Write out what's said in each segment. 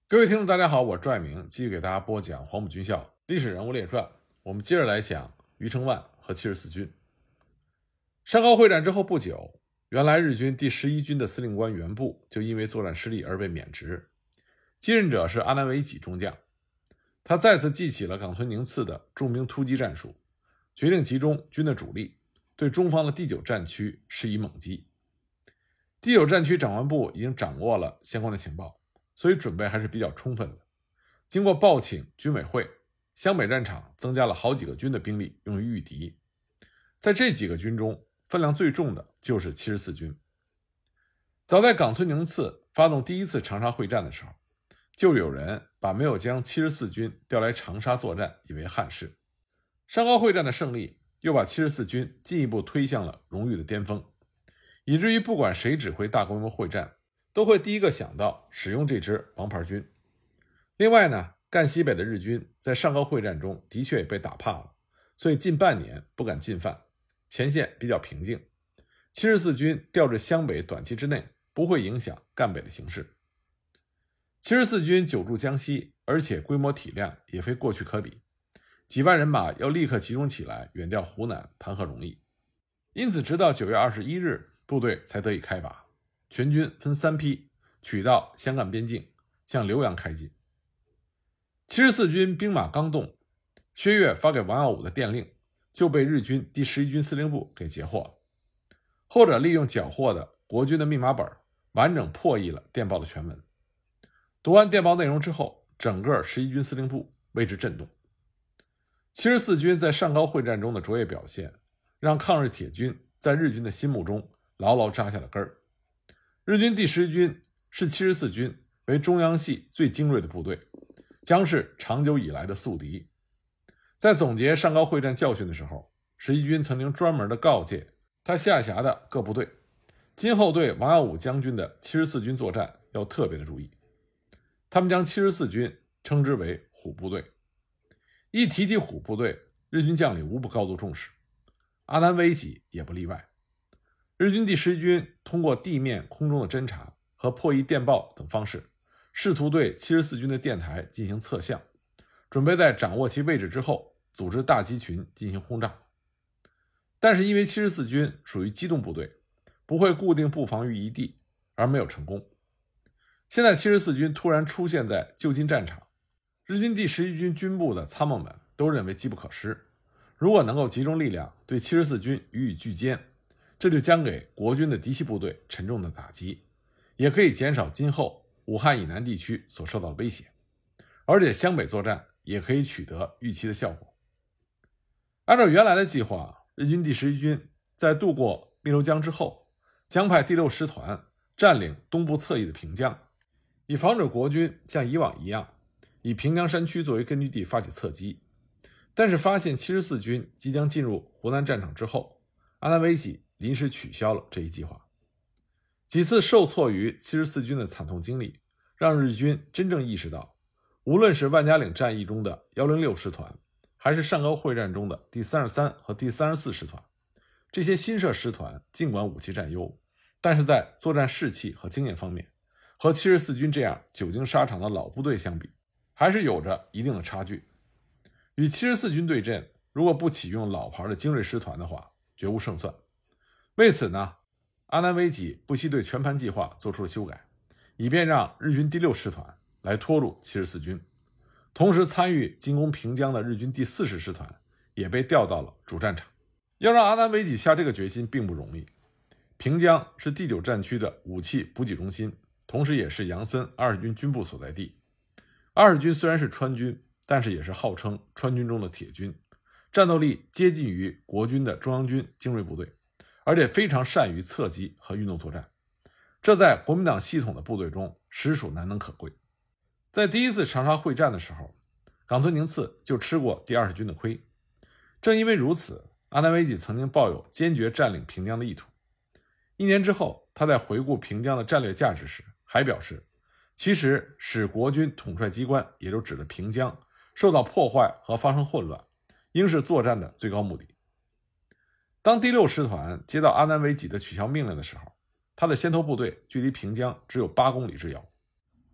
各位听众大家好，我是拽明，继续给大家播讲黄埔军校历史人物列传。我们接着来讲余承万和74军。山高会战之后不久，原来日军第11军的司令官袁部就因为作战失利而被免职，继任者是阿南惟几中将。他再次记起了冈村宁次的重兵突击战术，决定集中军的主力对中方的第9战区施以猛击。第9战区长官部已经掌握了相关的情报，所以准备还是比较充分的。经过报请军委会，湘北战场增加了好几个军的兵力用于御敌。在这几个军中，分量最重的就是74军。早在冈村宁次发动第一次长沙会战的时候，就有人把没有将74军调来长沙作战以为憾事。山高会战的胜利又把74军进一步推向了荣誉的巅峰，以至于不管谁指挥大规模会战，都会第一个想到使用这支王牌军。另外呢，赣西北的日军在上高会战中的确也被打怕了，所以近半年不敢进犯，前线比较平静。74军调至湘北短期之内不会影响赣北的形势。74军久驻江西，而且规模体量也非过去可比，几万人马要立刻集中起来远调湖南谈何容易。因此直到9月21日部队才得以开拔，全军分3批取道湘赣边境，向浏阳开进。74军兵马刚动，薛岳发给王耀武的电令就被日军第11军司令部给截获了。后者利用缴获的国军的密码本，完整破译了电报的全文。读完电报内容之后，整个11军司令部为之震动。74军在上高会战中的卓越表现，让抗日铁军在日军的心目中牢牢扎下了根儿。日军第11军视74军为中央系最精锐的部队，将是长久以来的宿敌。在总结上高会战教训的时候，11军曾经专门的告诫他下辖的各部队，今后对王耀武将军的74军作战要特别的注意。他们将74军称之为虎部队。一提起虎部队，日军将领无不高度重视，阿南惟几也不例外。日军第11军通过地面空中的侦察和破译电报等方式，试图对74军的电台进行测向，准备在掌握其位置之后组织大机群进行轰炸。但是因为74军属于机动部队，不会固定布防于一地，而没有成功。现在74军突然出现在旧金战场，日军第11军军部的参谋们都认为机不可失，如果能够集中力量对74军予以拒歼，这就将给国军的嫡系部队沉重的打击，也可以减少今后武汉以南地区所受到的威胁，而且湘北作战也可以取得预期的效果。按照原来的计划，日军第11军在渡过汨罗江之后，将派第6师团占领东部侧翼的平江，以防止国军像以往一样以平江山区作为根据地发起侧击。但是发现74军即将进入湖南战场之后，阿南惟几临时取消了这一计划。几次受挫于74军的惨痛经历，让日军真正意识到，无论是万家岭战役中的106师团，还是上高会战中的第33和第34师团，这些新设师团尽管武器占优，但是在作战士气和经验方面，和74军这样久经沙场的老部队相比，还是有着一定的差距。与74军对阵，如果不启用老牌的精锐师团的话，绝无胜算。为此呢，阿南惟几不惜对全盘计划做出了修改，以便让日军第6师团来拖住74军。同时参与进攻平江的日军第40师团也被调到了主战场。要让阿南惟几下这个决心并不容易。平江是第9战区的武器补给中心，同时也是杨森20军军部所在地。20军虽然是川军，但是也是号称川军中的铁军，战斗力接近于国军的中央军精锐部队，而且非常善于侧击和运动作战，这在国民党系统的部队中实属难能可贵。在第一次长沙会战的时候，冈村宁次就吃过第20军的亏。正因为如此，阿南惟几曾经抱有坚决占领平江的意图。1年之后，他在回顾平江的战略价值时还表示，其实使国军统帅机关，也就指的平江受到破坏和发生混乱，应是作战的最高目的。当第6师团接到阿南惟几的取消命令的时候，他的先头部队距离平江只有8公里之遥。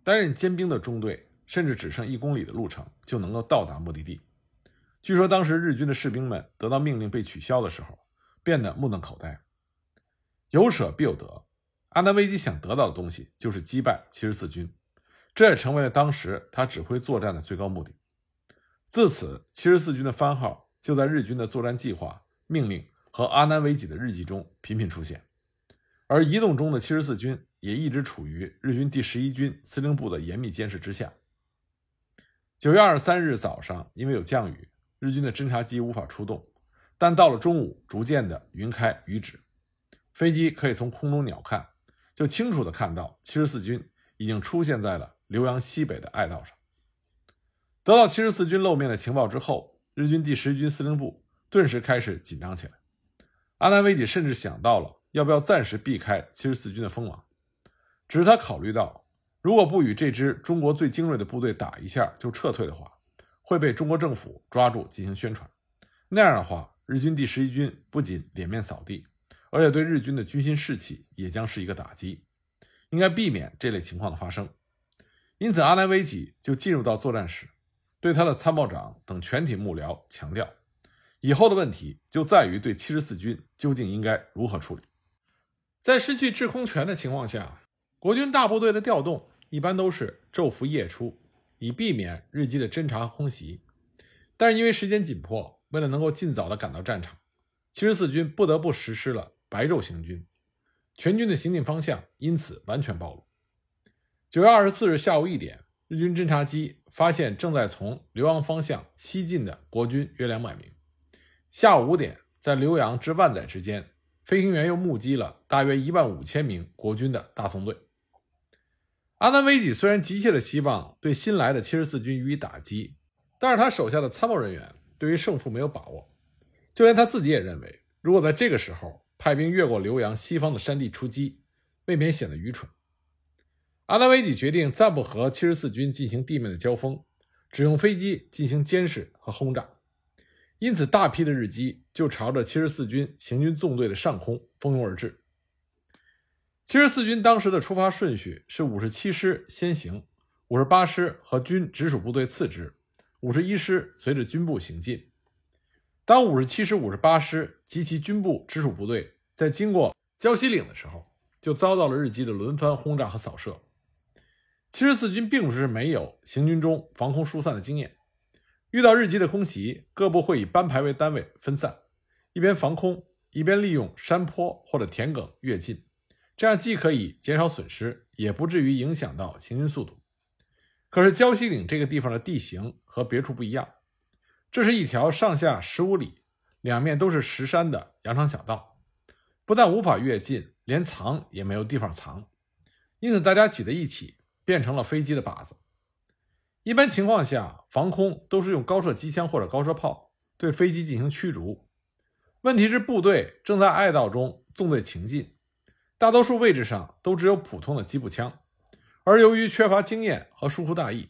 担任尖兵的中队甚至只剩1公里的路程就能够到达目的地。据说当时日军的士兵们得到命令被取消的时候，变得目瞪口呆。有舍必有得，阿南惟几想得到的东西就是击败74军，这也成为了当时他指挥作战的最高目的。自此74军的番号就在日军的作战计划、命令和阿南惟几的日记中频频出现。而移动中的74军也一直处于日军第11军司令部的严密监视之下。9月23日早上，因为有降雨，日军的侦察机无法出动，但到了中午逐渐的云开雨止，飞机可以从空中鸟瞰，就清楚地看到74军已经出现在了浏阳西北的隘道上。得到74军露面的情报之后，日军第11军司令部顿时开始紧张起来。阿南惟几甚至想到了要不要暂时避开74军的锋芒，只是他考虑到，如果不与这支中国最精锐的部队打一下就撤退的话，会被中国政府抓住进行宣传，那样的话，日军第11军不仅脸面扫地，而且对日军的军心士气也将是一个打击，应该避免这类情况的发生。因此阿南惟几就进入到作战室，对他的参谋长等全体幕僚强调，以后的问题就在于对74军究竟应该如何处理。在失去制空权的情况下，国军大部队的调动一般都是昼伏夜出，以避免日机的侦察和空袭。但是因为时间紧迫，为了能够尽早的赶到战场，74军不得不实施了白昼行军，全军的行进方向因此完全暴露。9月24日下午1点，日军侦察机发现正在从浏阳方向西进的国军约200名。下午5点，在浏阳至万载之间，飞行员又目击了大约15000名国军的大松队。阿南惟几虽然急切地希望对新来的74军予以打击，但是他手下的参谋人员对于胜负没有把握，就连他自己也认为，如果在这个时候派兵越过浏阳西方的山地出击，未免显得愚蠢。阿南惟几决定暂不和74军进行地面的交锋，只用飞机进行监视和轰炸。因此大批的日机就朝着74军行军纵队的上空蜂拥而至。74军当时的出发顺序是57师先行，58师和军直属部队次之，51师随着军部行进。当57师、58师及其军部直属部队在经过胶西岭的时候，就遭到了日机的轮番轰炸和扫射。74军并不是没有行军中防空疏散的经验，遇到日机的空袭，各部会以班排为单位分散，一边防空，一边利用山坡或者田埂跃进，这样既可以减少损失，也不至于影响到行军速度。可是胶西岭这个地方的地形和别处不一样，这是一条上下15里，两面都是石山的羊肠小道，不但无法跃进，连藏也没有地方藏，因此大家挤在一起，变成了飞机的靶子。一般情况下，防空都是用高射机枪或者高射炮对飞机进行驱逐。问题是部队正在隘道中纵队行进，大多数位置上都只有普通的机步枪，而由于缺乏经验和疏忽大意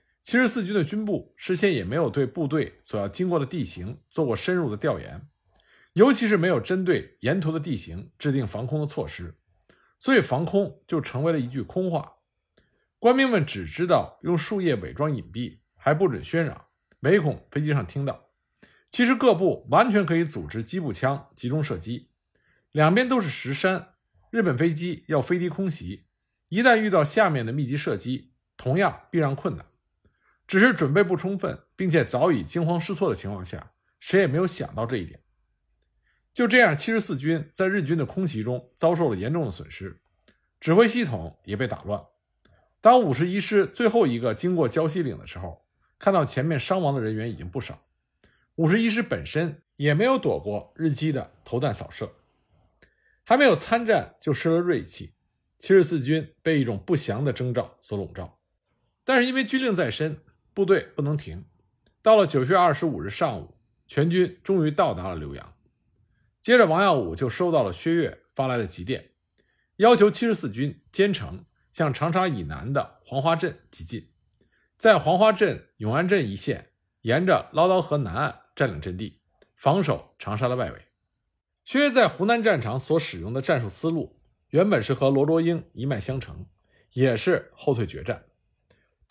，74军的军部事先也没有对部队所要经过的地形做过深入的调研，尤其是没有针对沿途的地形制定防空的措施，所以防空就成为了一句空话。官兵们只知道用树叶伪装隐蔽，还不准喧嚷，唯恐飞机上听到。其实各部完全可以组织机步枪集中射击，两边都是石山，日本飞机要飞敌空袭，一旦遇到下面的密集射击，同样避让困难。只是准备不充分，并且早已惊慌失措的情况下，谁也没有想到这一点。就这样，74军在日军的空袭中遭受了严重的损失，指挥系统也被打乱。当51师最后一个经过胶西岭的时候，看到前面伤亡的人员已经不少，51师本身也没有躲过日机的投弹扫射，还没有参战就失了锐气，74军被一种不祥的征兆所笼罩。但是因为军令在身，部队不能停。到了9月25日上午，全军终于到达了浏阳。接着王耀武就收到了薛岳发来的急电，要求74军兼程向长沙以南的黄花镇急进，在黄花镇、永安镇一线沿着唠叨河南岸占领阵地，防守长沙的外围。薛岳在湖南战场所使用的战术思路原本是和罗卓英一脉相承，也是后退决战，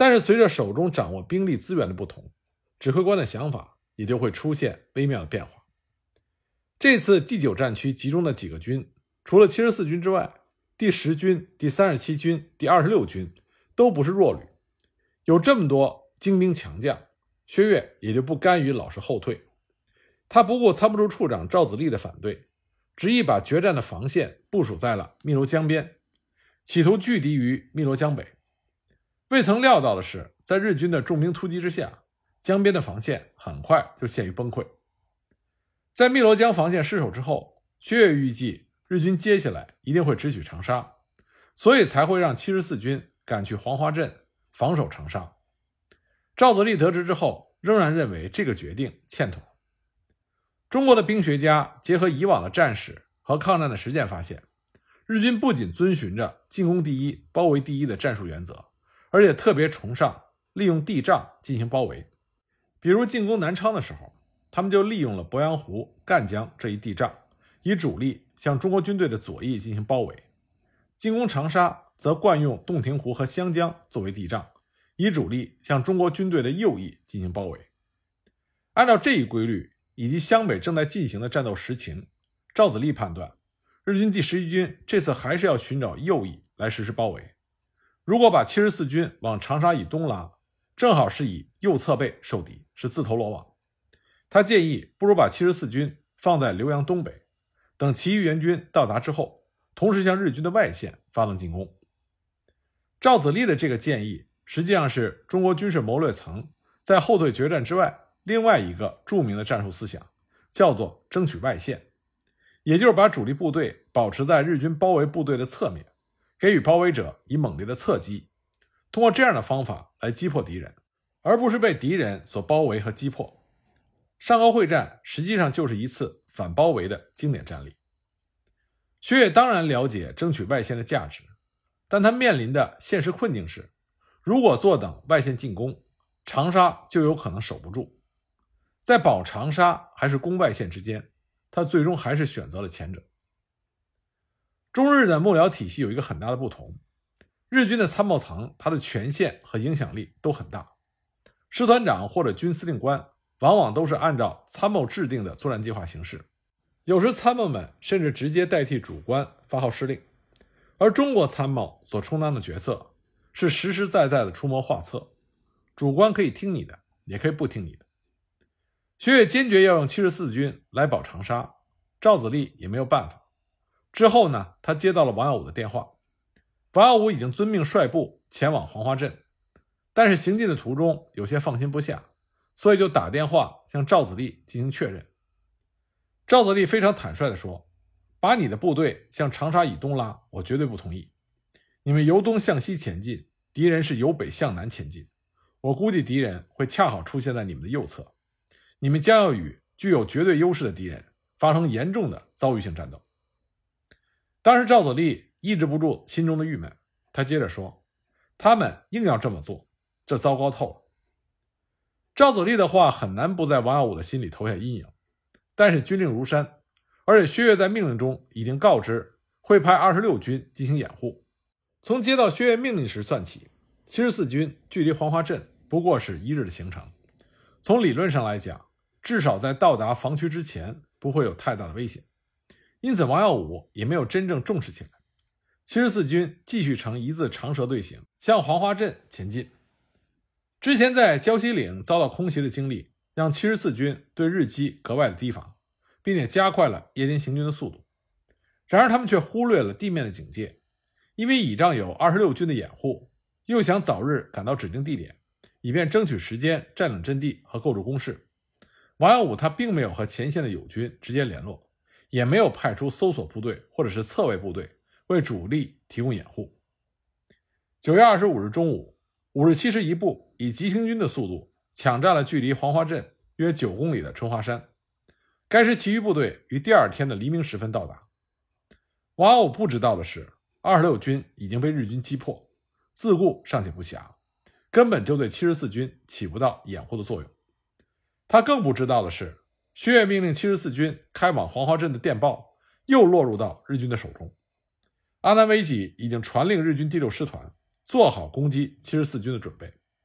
但是随着手中掌握兵力资源的不同，指挥官的想法也就会出现微妙的变化。这次第9战区集中的几个军，除了74军之外，第10军、第37军、第26军都不是弱旅，有这么多精兵强将，薛岳也就不甘于老是后退。他不顾参谋处处长赵子立的反对，执意把决战的防线部署在了汨罗江边，企图拒敌于汨罗江北。未曾料到的是，在日军的重兵突击之下，江边的防线很快就陷于崩溃。在汨罗江防线失守之后，薛岳预计日军接下来一定会直取长沙，所以才会让74军赶去黄花镇防守长沙。赵子立得知之后，仍然认为这个决定欠妥。中国的兵学家结合以往的战史和抗战的实践发现，日军不仅遵循着进攻第一、包围第一的战术原则，而且特别崇尚利用地障进行包围。比如进攻南昌的时候，他们就利用了鄱阳湖、赣江这一地障，以主力向中国军队的左翼进行包围。进攻长沙则惯用洞庭湖和湘江作为地障，以主力向中国军队的右翼进行包围。按照这一规律以及湘北正在进行的战斗实情，赵子立判断日军第11军这次还是要寻找右翼来实施包围。如果把74军往长沙以东拉，正好是以右侧背受敌，是自投罗网。他建议不如把74军放在浏阳东北，等其余援军到达之后，同时向日军的外线发动进攻。赵子立的这个建议实际上是中国军事谋略层在后退决战之外另外一个著名的战术思想，叫做争取外线，也就是把主力部队保持在日军包围部队的侧面，给予包围者以猛烈的侧击，通过这样的方法来击破敌人，而不是被敌人所包围和击破。上高会战实际上就是一次反包围的经典战例。薛岳当然了解争取外线的价值，但他面临的现实困境是，如果坐等外线进攻，长沙就有可能守不住。在保长沙还是攻外线之间，他最终还是选择了前者。中日的幕僚体系有一个很大的不同，日军的参谋层他的权限和影响力都很大，师团长或者军司令官往往都是按照参谋制定的作战计划行事，有时参谋们甚至直接代替主官发号施令，而中国参谋所充当的角色是实实在在的出谋划策，主官可以听你的，也可以不听你的。薛岳坚决要用74军来保长沙，赵子立也没有办法。之后呢，他接到了王耀武的电话，王耀武已经遵命率部前往黄花镇，但是行进的途中有些放心不下，所以就打电话向赵子立进行确认。赵子立非常坦率地说，把你的部队向长沙以东拉，我绝对不同意。你们由东向西前进，敌人是由北向南前进，我估计敌人会恰好出现在你们的右侧，你们将要与具有绝对优势的敌人发生严重的遭遇性战斗。当时赵子立抑制不住心中的郁闷，他接着说，他们硬要这么做，这糟糕透了。赵子立的话很难不在王耀武的心里投下阴影，但是军令如山，而且薛岳在命令中已经告知会派26军进行掩护。从接到薛岳命令时算起，74军距离黄花镇不过是1日的行程，从理论上来讲，至少在到达防区之前不会有太大的危险，因此王耀武也没有真正重视起来。74军继续呈一字长蛇队形向黄花镇前进。之前在胶西岭遭到空袭的经历让74军对日机格外的提防，并且加快了夜间行军的速度。然而他们却忽略了地面的警戒，因为倚仗有26军的掩护，又想早日赶到指定地点，以便争取时间占领阵地和构筑工事。王耀武他并没有和前线的友军直接联络，也没有派出搜索部队或者是侧卫部队为主力提供掩护。9月25日中午，57师1部以急行军的速度抢占了距离黄花镇约9公里的春华山。该师其余部队于第二天的黎明时分到达。王耀武不知道的是，26军已经被日军击破，自顾尚且不暇，根本就对74军起不到掩护的作用。他更不知道的是，薛岳命令74军开往黄花镇的电报又落入到日军的手中。阿南惟几已经传令日军第6师团做好攻击74军的准备。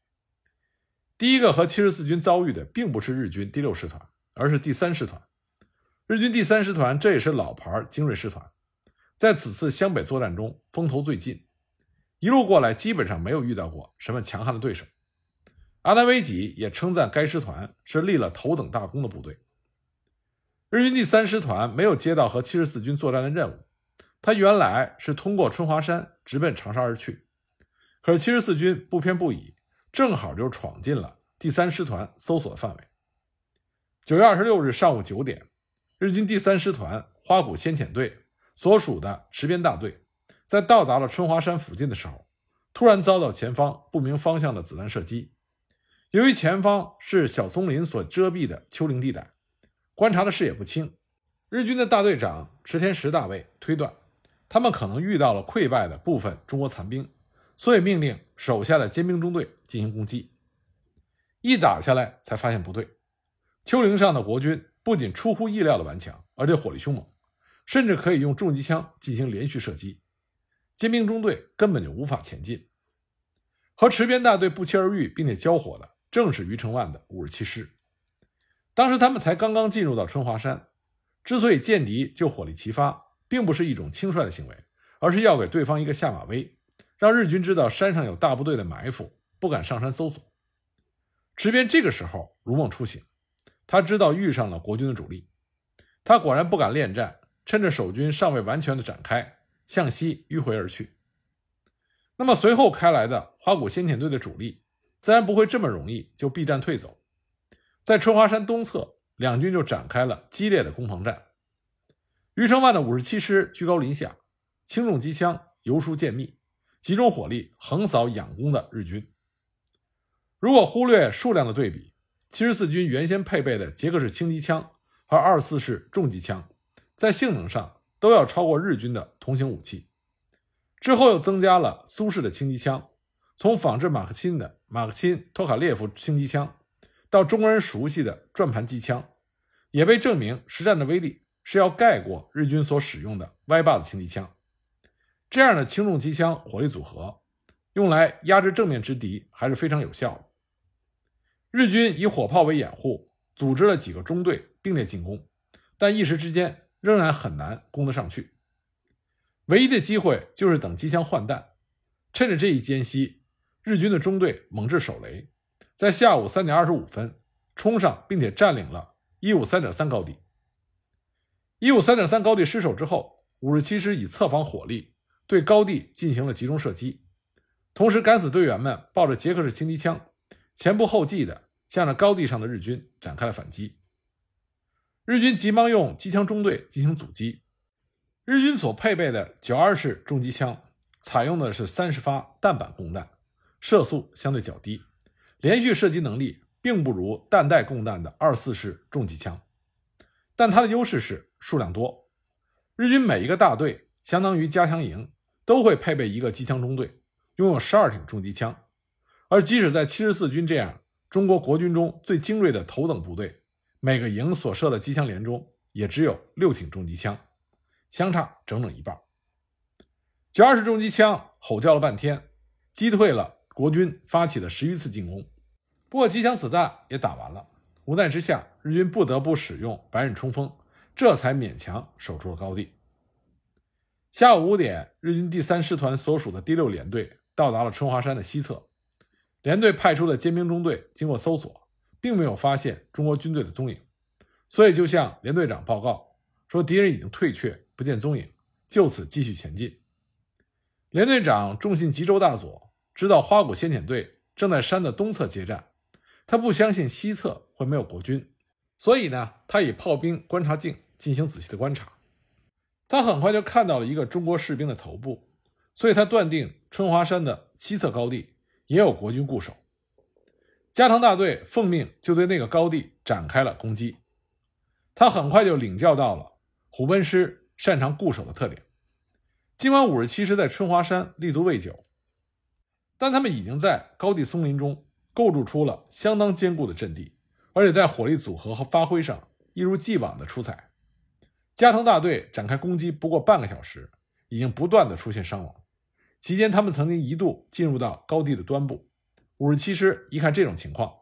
第一个和74军遭遇的并不是日军第6师团，而是第3师团。日军第3师团这也是老牌精锐师团，在此次湘北作战中风头最劲，一路过来基本上没有遇到过什么强悍的对手。阿南惟几也称赞该师团是立了头等大功的部队。日军第3师团没有接到和74军作战的任务，他原来是通过春华山直奔长沙而去，可是74军不偏不倚，正好就闯进了第3师团搜索的范围。9月26日上午9点，日军第3师团花谷先遣队所属的池边大队在到达了春华山附近的时候，突然遭到前方不明方向的子弹射击。由于前方是小松林所遮蔽的丘陵地带，观察的视野不清，日军的大队长池田实大尉推断他们可能遇到了溃败的部分中国残兵，所以命令手下的尖兵中队进行攻击。一打下来才发现不对，丘陵上的国军不仅出乎意料的顽强，而且火力凶猛，甚至可以用重机枪进行连续射击，尖兵中队根本就无法前进。和池边大队不期而遇并且交火的正是余承万的57师。当时他们才刚刚进入到春华山，之所以见敌就火力齐发，并不是一种轻率的行为，而是要给对方一个下马威，让日军知道山上有大部队的埋伏，不敢上山搜索。池边这个时候如梦初醒，他知道遇上了国军的主力，他果然不敢恋战，趁着守军尚未完全的展开，向西迂回而去。那么随后开来的花谷先遣队的主力自然不会这么容易就避战退走，在春华山东侧，两军就展开了激烈的攻防战。余承万的57师居高临下，轻重机枪游疏渐密，集中火力横扫仰攻的日军。如果忽略数量的对比，74军原先配备的捷克式轻机枪和24式重机枪在性能上都要超过日军的同型武器。之后又增加了苏式的轻机枪，从仿制马克钦的马克钦托卡列夫轻机枪到中国人熟悉的转盘机枪，也被证明实战的威力是要盖过日军所使用的歪把子轻机枪。这样的轻重机枪火力组合用来压制正面之敌还是非常有效的。日军以火炮为掩护，组织了几个中队并列进攻，但一时之间仍然很难攻得上去。唯一的机会就是等机枪换弹，趁着这一间隙，日军的中队猛制手雷，在下午3点25分冲上并且占领了 153.3 高地。153.3 高地失守之后，57师以侧防火力对高地进行了集中射击，同时敢死队员们抱着捷克式轻机枪前仆后继地向着高地上的日军展开了反击。日军急忙用机枪中队进行阻击。日军所配备的92式重机枪采用的是30发弹板供弹，射速相对较低，连续射击能力并不如弹带供弹的24式重机枪，但它的优势是数量多。日军每一个大队相当于加强营都会配备一个机枪中队，拥有12挺重机枪，而即使在74军这样中国国军中最精锐的头等部队，每个营所设的机枪连中也只有6挺重机枪，相差整整一半。92式重机枪吼叫了半天，击退了国军发起的10余次进攻。不过机枪子弹也打完了，无奈之下，日军不得不使用白刃冲锋，这才勉强守住了高地。下午5点，日军第3师团所属的第6联队到达了春华山的西侧。联队派出的尖兵中队经过搜索，并没有发现中国军队的踪影，所以就向联队长报告说敌人已经退却，不见踪影，就此继续前进。联队长重信吉州大佐知道花谷先遣队正在山的东侧接战，他不相信西侧会没有国军，所以呢，他以炮兵观察镜进行仔细的观察。他很快就看到了一个中国士兵的头部，所以他断定春华山的西侧高地也有国军固守。加藤大队奉命就对那个高地展开了攻击。他很快就领教到了虎贲师擅长固守的特点。尽管57师在春华山立足未久，但他们已经在高地松林中构筑出了相当坚固的阵地，而且在火力组合和发挥上一如既往的出彩。加藤大队展开攻击不过半个小时，已经不断的出现伤亡。期间他们曾经一度进入到高地的端部，57师一看这种情况，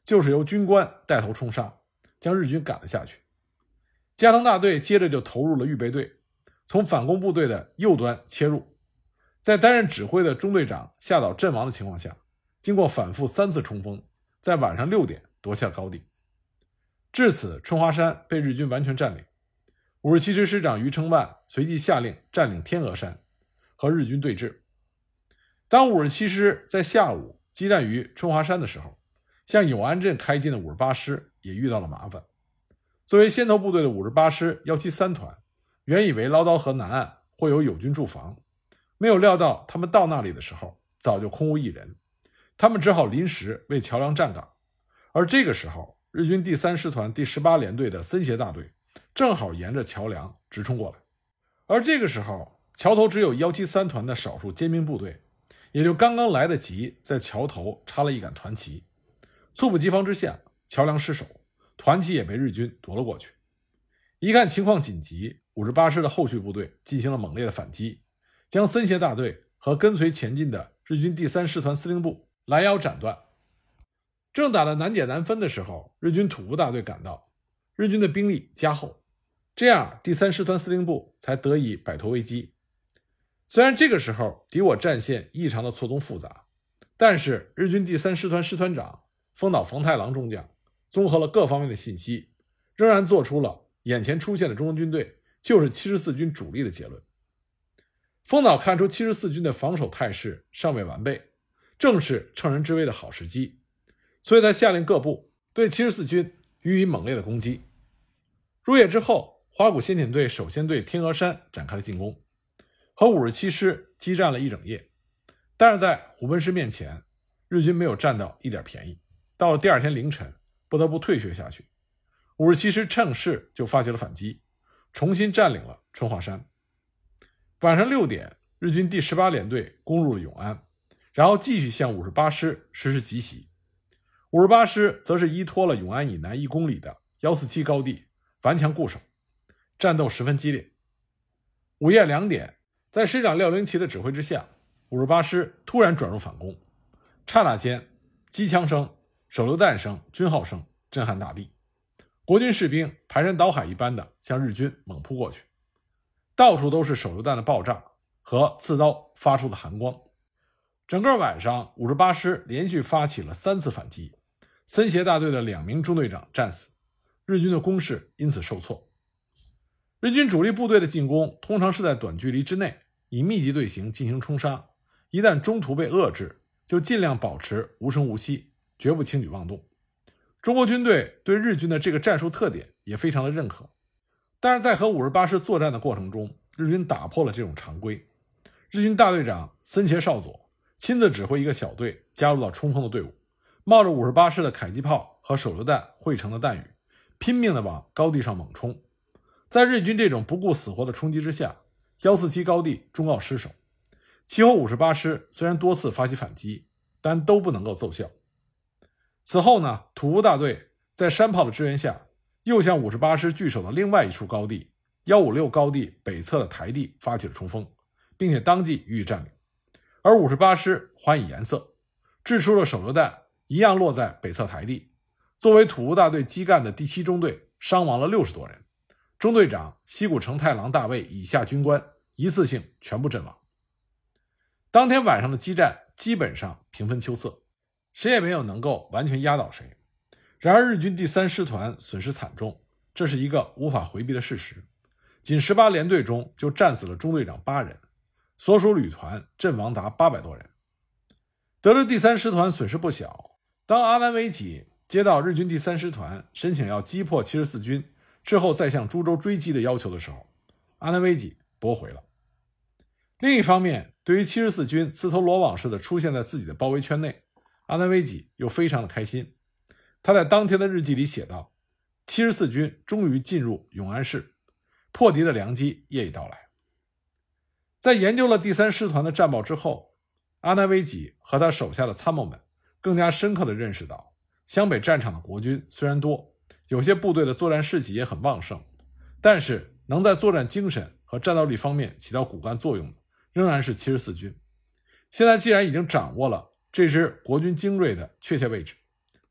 就是由军官带头冲杀，将日军赶了下去。加藤大队接着就投入了预备队，从反攻部队的右端切入，在担任指挥的中队长下岛阵亡的情况下，经过反复3次冲锋，在晚上6点夺下高地。至此，春华山被日军完全占领。57师师长余承万随即下令占领天鹅山，和日军对峙。当57师在下午激战于春华山的时候，向永安镇开进的58师也遇到了麻烦。作为先头部队的58师173团，原以为捞刀河南岸会有友军驻防，没有料到他们到那里的时候早就空无一人，他们只好临时为桥梁站岗。而这个时候，日军第3师团第18联队的森胁大队正好沿着桥梁直冲过来。而这个时候，桥头只有173团的少数尖兵部队，也就刚刚来得及在桥头插了一杆团旗。猝不及防之下，桥梁失守，团旗也被日军夺了过去。一看情况紧急，58师的后续部队进行了猛烈的反击，将森胁大队和跟随前进的日军第3师团司令部拦腰斩断。正打得难解难分的时候，日军土部大队赶到，日军的兵力加厚，这样第3师团司令部才得以摆脱危机。虽然这个时候敌我战线异常的错综复杂，但是日军第3师团师团长丰岛房太郎中将综合了各方面的信息，仍然做出了眼前出现的中国军队就是74军主力的结论。丰岛看出74军的防守态势尚未完备，正是乘人之危的好时机，所以他下令各部对74军予以猛烈的攻击。入夜之后，花谷先遣队首先对天鹅山展开了进攻，和57师激战了一整夜，但是在虎贲师面前，日军没有占到一点便宜。到了第二天凌晨，不得不退却下去。57师趁势就发起了反击，重新占领了春华山。晚上6点，日军第18联队攻入了永安，然后继续向58师实施急袭。58师则是依托了永安以南1公里的147高地，顽强固守，战斗十分激烈。午夜2点，在师长廖灵奇的指挥之下，58师突然转入反攻，刹那间，机枪声、手榴弹声、军号声震撼大地，国军士兵排山倒海一般的向日军猛扑过去，到处都是手榴弹的爆炸和刺刀发出的寒光。整个晚上58师连续发起了3次反击，森胁大队的2名中队长战死，日军的攻势因此受挫。日军主力部队的进攻通常是在短距离之内以密集队形进行冲杀，一旦中途被遏制，就尽量保持无声无息，绝不轻举妄动。中国军队对日军的这个战术特点也非常的认可，但是在和58师作战的过程中，日军打破了这种常规。日军大队长森胁少佐亲自指挥一个小队加入到冲锋的队伍，冒着58师的迫击炮和手榴弹汇成的弹雨，拼命地往高地上猛冲。在日军这种不顾死活的冲击之下，147高地终告失守。其后58师虽然多次发起反击，但都不能够奏效。此后呢，土屋大队在山炮的支援下，又向58师据守的另外一处高地156高地北侧的台地发起了冲锋，并且当即予以占领。而58师还以颜色，掷出了手榴弹，一样落在北侧台地。作为土屋大队基干的第7中队伤亡了60多人，中队长西谷承太郎大尉以下军官一次性全部阵亡。当天晚上的激战基本上平分秋色，谁也没有能够完全压倒谁。然而日军第3师团损失惨重，这是一个无法回避的事实。仅18联队中就战死了中队长8人，所属旅团阵亡达800多人。得知第3师团损失不小，当阿南惟几接到日军第3师团申请要击破74军之后再向株洲追击的要求的时候，阿南惟几驳回了。另一方面，对于74军自投罗网似的出现在自己的包围圈内，阿南惟几又非常的开心。他在当天的日记里写道：74军终于进入永安市，破敌的良机夜已到来。在研究了第3师团的战报之后，阿南惟几和他手下的参谋们更加深刻地认识到，湘北战场的国军虽然多，有些部队的作战士气也很旺盛，但是能在作战精神和战斗力方面起到骨干作用的仍然是74军。现在既然已经掌握了这支国军精锐的确切位置，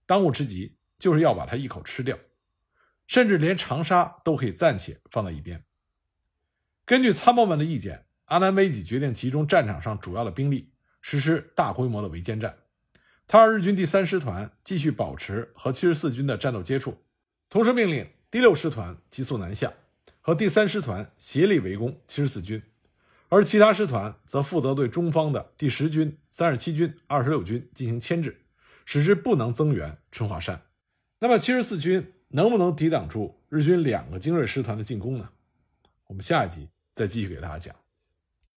当务之急就是要把它一口吃掉，甚至连长沙都可以暂且放在一边。根据参谋们的意见，阿南惟几决定集中战场上主要的兵力，实施大规模的围歼战。他让日军第3师团继续保持和74军的战斗接触，同时命令第6师团急速南下，和第3师团协力围攻74军，而其他师团则负责对中方的第10军、37军、26军进行牵制，使之不能增援春华山。那么74军能不能抵挡住日军2个精锐师团的进攻呢？我们下一集再继续给大家讲。